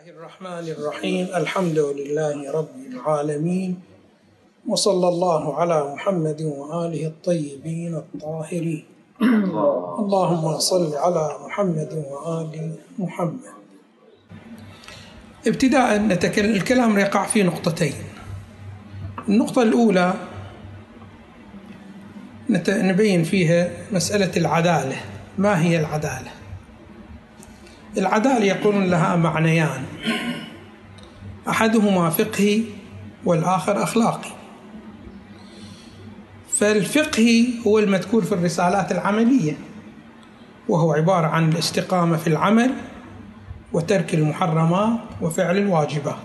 الرحمن الرحيم. الحمد لله رب العالمين، وصلى الله على محمد وآله الطيبين الطاهرين. اللهم صل على محمد وآل محمد. ابتداء الكلام يقع في نقطتين. النقطة الأولى نبين فيها مسألة العدالة. ما هي العدالة؟ العدالة يقولون لها معنيان، أحدهما فقهي والآخر أخلاقي. فالفقهي هو المذكور في الرسالات العملية، وهو عبارة عن الاستقامة في العمل وترك المحرمات وفعل الواجبات.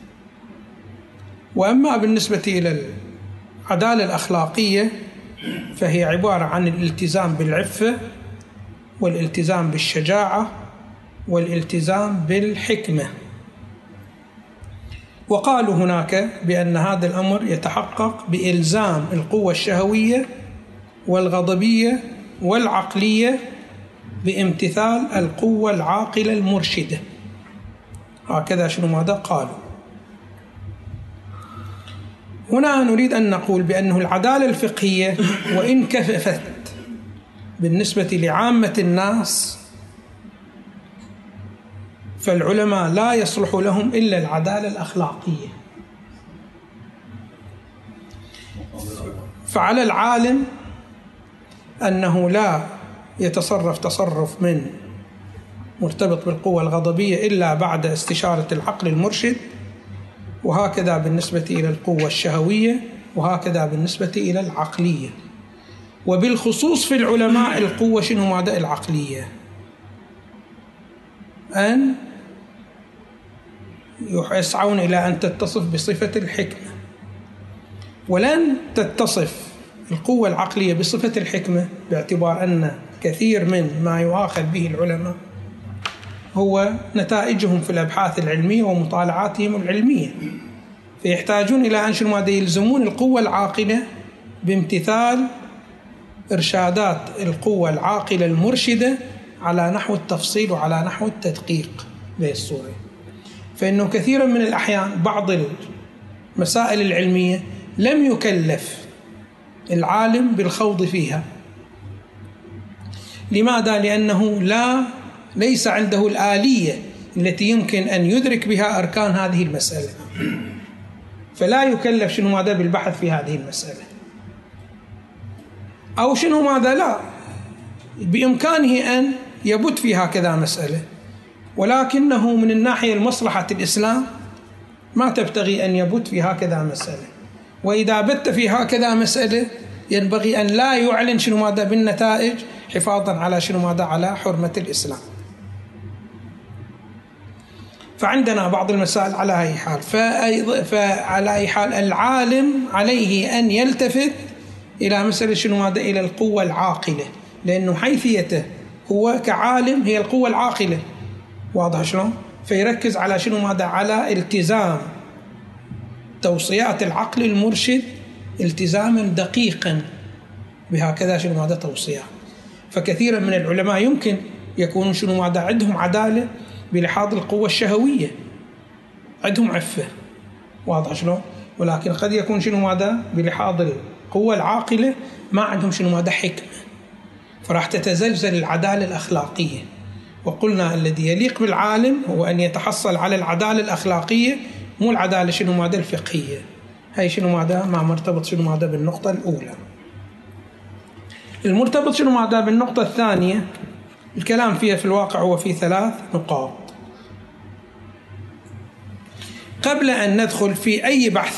وأما بالنسبة إلى العدالة الأخلاقية فهي عبارة عن الالتزام بالعفة والالتزام بالشجاعة والالتزام بالحكمة. وقالوا هناك بأن هذا الأمر يتحقق بإلزام القوة الشهوية والغضبية والعقلية بامتثال القوة العاقلة المرشدة. هكذا ماذا قالوا. هنا نريد أن نقول بأنه العدالة الفقهية وإن كففت بالنسبة لعامة الناس، فالعلماء لا يصلح لهم إلا العدالة الأخلاقية. فعلى العالم أنه لا يتصرف تصرف من مرتبط بالقوة الغضبية إلا بعد استشارة العقل المرشد، وهكذا بالنسبة إلى القوة الشهوية، وهكذا بالنسبة إلى العقلية. وبالخصوص في العلماء القوة ماذا؟ العقلية، أن يسعون إلى أن تتصف بصفة الحكمة. ولن تتصف القوة العقلية بصفة الحكمة، باعتبار أن كثير من ما يؤاخذ به العلماء هو نتائجهم في الأبحاث العلمية ومطالعاتهم العلمية، فيحتاجون إلى أن ماذا؟ يلزمون القوة العاقلة بامتثال إرشادات القوة العاقلة المرشدة على نحو التفصيل وعلى نحو التدقيق للصورة. فإنه كثيرا من الأحيان بعض المسائل العلمية لم يكلف العالم بالخوض فيها. لماذا؟ لأنه ليس عنده الآلية التي يمكن أن يدرك بها أركان هذه المسألة، فلا يكلف ماذا؟ بالبحث في هذه المسألة. أو ماذا؟ لا، بإمكانه أن يبت في هكذا مسألة، ولكنه من الناحية المصلحة الإسلام ما تبتغي أن يبت في هكذا مسألة. وإذا بت في هكذا مسألة ينبغي أن لا يعلن ماذا؟ بالنتائج، حفاظا على ماذا؟ على حرمة الإسلام. فعندنا بعض المسائل على أي حال. فعلى أي حال العالم عليه أن يلتفت إلى مسألة ماذا؟ إلى القوة العاقلة، لأنه حيثيته هو كعالم هي القوة العاقلة. واضح شلون؟ فيركز على ماذا؟ على التزام توصيات العقل المرشد التزاما دقيقا بهكذا ماذا؟ توصيات. فكثيرا من العلماء يمكن يكونون ماذا؟ عندهم عدالة بلحاظ القوة الشهوية، عندهم عفة. واضح شلون؟ ولكن قد يكون ماذا؟ بلحاظ القوة العاقلة ما عندهم ماذا؟ حكمة، فراح تتزلزل العدالة الأخلاقية. وقلنا الذي يليق بالعالم هو أن يتحصل على العدالة الأخلاقية، مو العدالة ماذا؟ الفقهية. هاي ماذا؟ ما مرتبط ماذا؟ بالنقطة الأولى. المرتبط ماذا؟ بالنقطة الثانية الكلام فيها في الواقع هو في 3 نقاط. قبل أن ندخل في أي بحث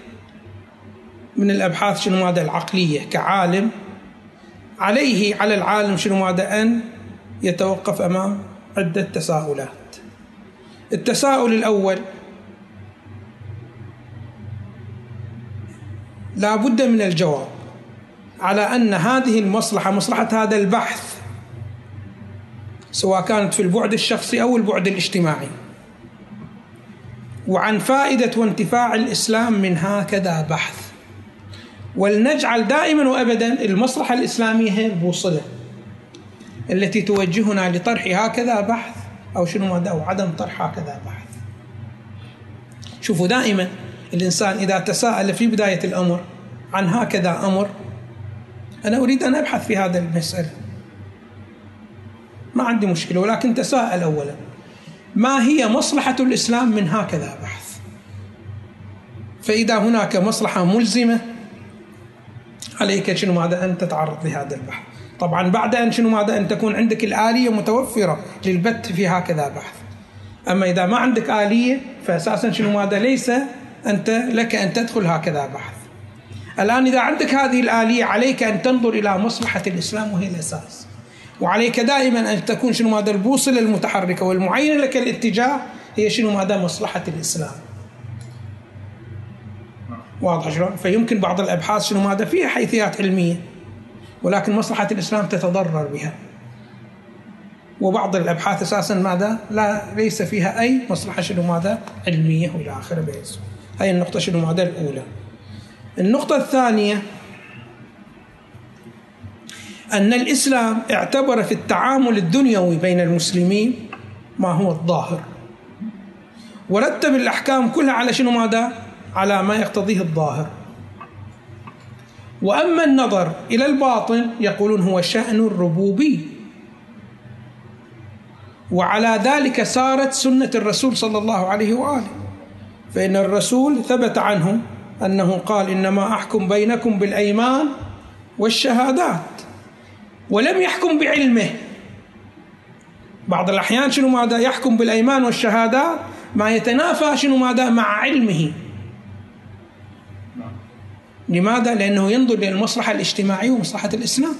من الأبحاث ماذا؟ العقلية كعالم، على العالم ماذا؟ أن يتوقف أمام عدة تساؤلات. التساؤل الأول: لا بد من الجواب على أن هذه المصلحة، مصلحة هذا البحث، سواء كانت في البعد الشخصي أو البعد الاجتماعي، وعن فائدة وانتفاع الإسلام من هكذا بحث. ولنجعل دائما وأبدا المصلحة الإسلامية هي البوصلة التي توجهنا لطرح هكذا بحث أو أو عدم طرح هكذا بحث. شوفوا دائما الإنسان إذا تساءل في بداية الأمر عن هكذا أمر، أنا أريد أن أبحث في هذا المسألة، ما عندي مشكلة، ولكن تساءل أولا ما هي مصلحة الإسلام من هكذا بحث. فإذا هناك مصلحة ملزمة عليك أن تتعرض لهذا البحث. طبعا بعد أن تكون عندك الآلية متوفرة للبت في هكذا بحث. أما إذا ما عندك آلية فأساسا ليس لك أن تدخل هكذا بحث. الآن إذا عندك هذه الآلية عليك أن تنظر إلى مصلحة الإسلام وهي الأساس، وعليك دائما أن تكون البوصلة المتحركة والمعينة لك الاتجاه هي مصلحة الإسلام. واضح شلون؟ فيمكن بعض الأبحاث فيها حيثيات علمية ولكن مصلحة الإسلام تتضرر بها، وبعض الأبحاث أساسا ليس فيها أي مصلحة علمية وإلى آخره. هاي النقطة الأولى. النقطة الثانية أن الإسلام اعتبر في التعامل الدنيوي بين المسلمين ما هو الظاهر، ورتب الأحكام كلها على على ما يقتضيه الظاهر. وأما النظر إلى الباطن يقولون هو شأن الربوبي، وعلى ذلك سارت سنة الرسول صلى الله عليه وآله، فإن الرسول ثبت عنه أنه قال إنما أحكم بينكم بالأيمان والشهادات، ولم يحكم بعلمه. بعض الأحيان يحكم بالأيمان والشهادات ما يتنافى مع علمه. لماذا؟ لأنه ينظر للمصلحة الاجتماعية ومصلحة الإسلام،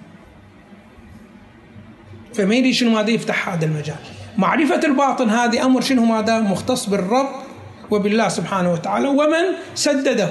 فما يريد يفتح هذا المجال. معرفة الباطن هذه أمر مختص بالرب وبالله سبحانه وتعالى ومن سدده.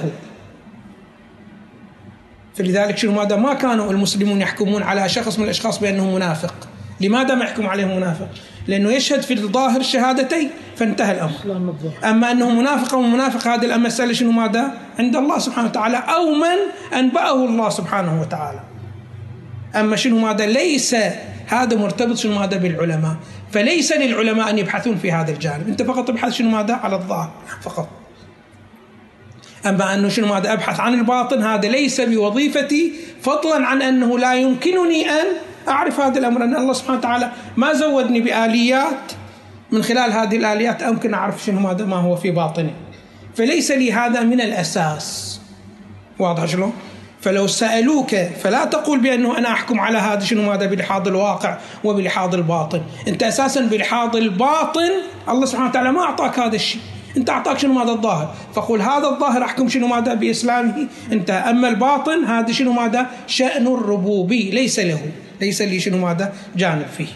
فلذلك ما كانوا المسلمون يحكمون على شخص من الأشخاص بأنه منافق. لماذا ما يحكم عليه منافق؟ لأنه يشهد في الظاهر الشهادتين فانتهى الأمر. أما أنه منافق أو منافق هذه المسألة عند الله سبحانه وتعالى أو من أنبأه الله سبحانه وتعالى. أما ليس هذا مرتبط بالعلماء، فليس للعلماء أن يبحثون في هذا الجانب. أنت فقط تبحث على الظاهر فقط. أما أنه أبحث عن الباطن هذا ليس بوظيفتي، فضلا عن أنه لا يمكنني أن أعرف هذا الأمر، أن الله سبحانه وتعالى ما زودني بآليات من خلال هذه الآليات أمكن أعرف ما هو في باطني. فليس لي هذا من الأساس. واضح شلون؟ فلو سألوك فلا تقول بأنه أنا أحكم على هذا بلحاظ الواقع وبلحاظ الباطن. أنت أساسا بلحاظ الباطن الله سبحانه وتعالى ما أعطاك هذا الشيء، أنت أعطاك الظاهر، فقل هذا الظاهر أحكم بإسلامه أنت. أما الباطن هذا شأن الربوبي، ليس لي جانب فيه.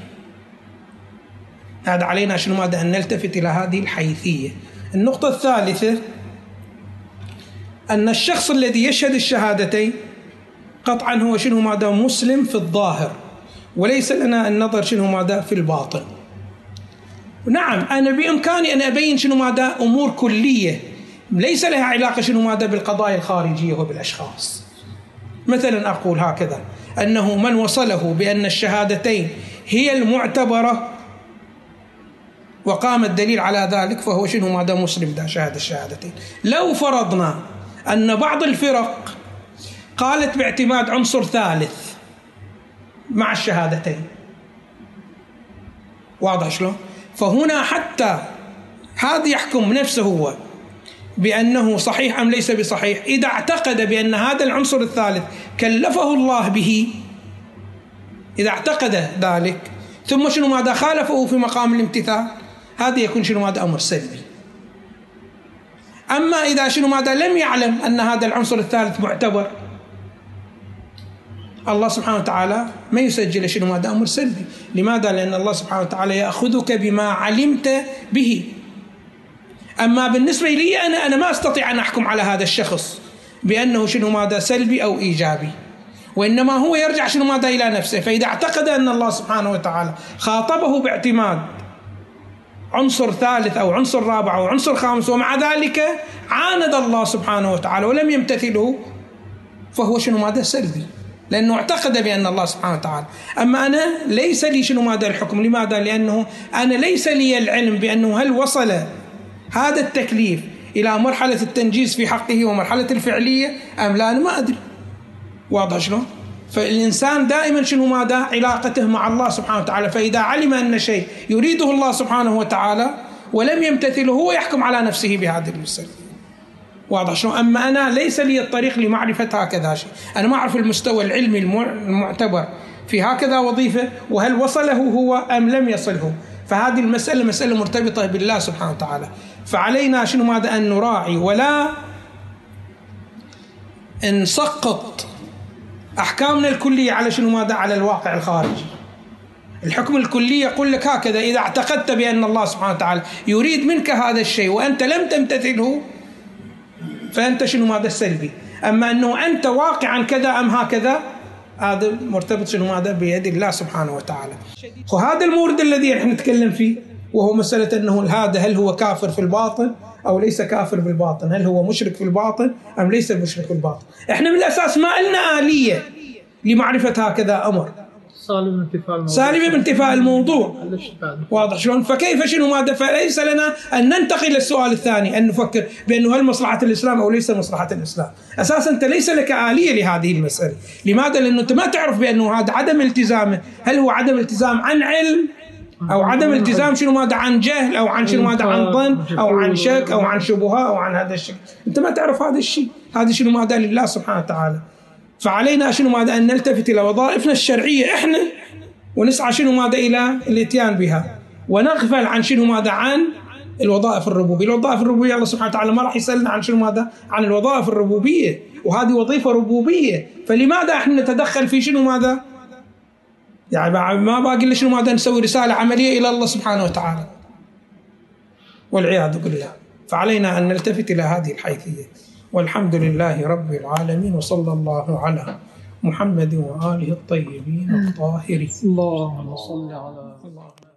هذا علينا أن نلتفت إلى هذه الحيثية. النقطة الثالثة أن الشخص الذي يشهد الشهادتين قطعا هو مسلم في الظاهر، وليس لنا النظر في الباطن. نعم أنا بإمكاني أن أبين أمور كلية ليس لها علاقة بالقضايا الخارجية وبالأشخاص. مثلا أقول هكذا أنه من وصله بأن الشهادتين هي المعتبرة وقام الدليل على ذلك فهو مسلم ده شهد الشهادتين. لو فرضنا أن بعض الفرق قالت باعتماد عنصر ثالث مع الشهادتين، واضح شلون؟ فهنا حتى هذا يحكم نفسه هو بأنه صحيح أم ليس بصحيح. إذا اعتقد بأن هذا العنصر الثالث كلفه الله به، إذا اعتقد ذلك ثم خالفه في مقام الامتثال، هذا يكون أمر سلبي. أما إذا لم يعلم أن هذا العنصر الثالث معتبر، الله سبحانه وتعالى ما يسجل هذا أمر سلبي. لماذا؟ لأن الله سبحانه وتعالى يأخذك بما علمت به. أما بالنسبة لي أنا ما أستطيع أن أحكم على هذا الشخص بأنه سلبي أو إيجابي، وإنما هو يرجع إلى نفسه. فإذا اعتقد أن الله سبحانه وتعالى خاطبه باعتماد عنصر ثالث أو عنصر رابع أو عنصر خامس ومع ذلك عاند الله سبحانه وتعالى ولم يمتثله، فهو سلبي، لأنه اعتقد بأن الله سبحانه وتعالى. أما أنا ليس لي الحكم. لماذا؟ لأنه أنا ليس لي العلم بأنه هل وصل هذا التكليف إلى مرحلة التنجيز في حقه ومرحلة الفعلية أم لا؟ أنا ما أدري. واضح شلون؟ فالإنسان دائما شنو ماذا؟ علاقته مع الله سبحانه وتعالى. فإذا علم أن شيء يريده الله سبحانه وتعالى ولم يمتثله هو يحكم على نفسه بهذه المسألة. واضح شلون؟ أما أنا ليس لي الطريق لمعرفة هكذا شيء، أنا ما أعرف المستوى العلمي المعتبر في هكذا وظيفة وهل وصله هو أم لم يصله. فهذه المسألة مسألة مرتبطة بالله سبحانه وتعالى. فعلينا شنو ماذا؟ أن نراعي ولا نسقط أحكامنا الكلية على شنو ماذا؟ على الواقع الخارجي. الحكم الكلي يقول لك هكذا: إذا اعتقدت بأن الله سبحانه وتعالى يريد منك هذا الشيء وأنت لم تمتثله فأنت شنو ماذا؟ السلبي. أما أنه أنت واقعا كذا أم هكذا، هذا مرتبط شنو ماذا؟ بيد الله سبحانه وتعالى. وهذا المورد الذي نحن نتكلم فيه، وهو مسألة أنه هذا هل هو كافر في الباطن أو ليس كافر بالباطن، هل هو مشرك في الباطن أم ليس مشرك في الباطن. إحنا من الأساس ما لنا آلية لمعرفة هكذا أمر، سالم بانتفاء الموضوع. واضح شلون؟ فكيف شنو ماذا؟ فليس لنا أن ننتقل للسؤال الثاني، أن نفكر بأنه هل مصلحة الإسلام أو ليس مصلحة الإسلام. أساسا أنت ليس لك آلية لهذه المسألة. لماذا؟ لأنه أنت ما تعرف بأنه هذا عدم التزامه، هل هو عدم التزام عن علم أو عدم التزام شنو ماذا؟ عن جهل أو عن شنو ماذا؟ عن ظن أو عن شك أو عن شبهة أو عن هذا الشيء. أنت ما تعرف هذا الشيء. هذا شنو ماذا؟ لله سبحانه وتعالى. فعلينا شنو ماذا؟ أن نلتفت إلى وظائفنا الشرعية إحنا ونسعى شنو ماذا؟ إلى الاتيان بها، ونغفل عن شنو ماذا؟ عن الوظائف الربوبية. الوظائف الربوبية الله سبحانه وتعالى ما راح يسألنا عن شنو ماذا؟ عن الوظائف الربوبية، وهذه وظيفة ربوبية. فلماذا احنا نتدخل في شنو ماذا؟ يعني ما باقي لنا شنو ماذا؟ نسوي رسالة عملية إلى الله سبحانه وتعالى والعياذ بالله. فعلينا أن نلتفت إلى هذه الحيثية. والحمد لله رب العالمين، وصلى الله على محمد وآله الطيبين الطاهرين. اللهم صل على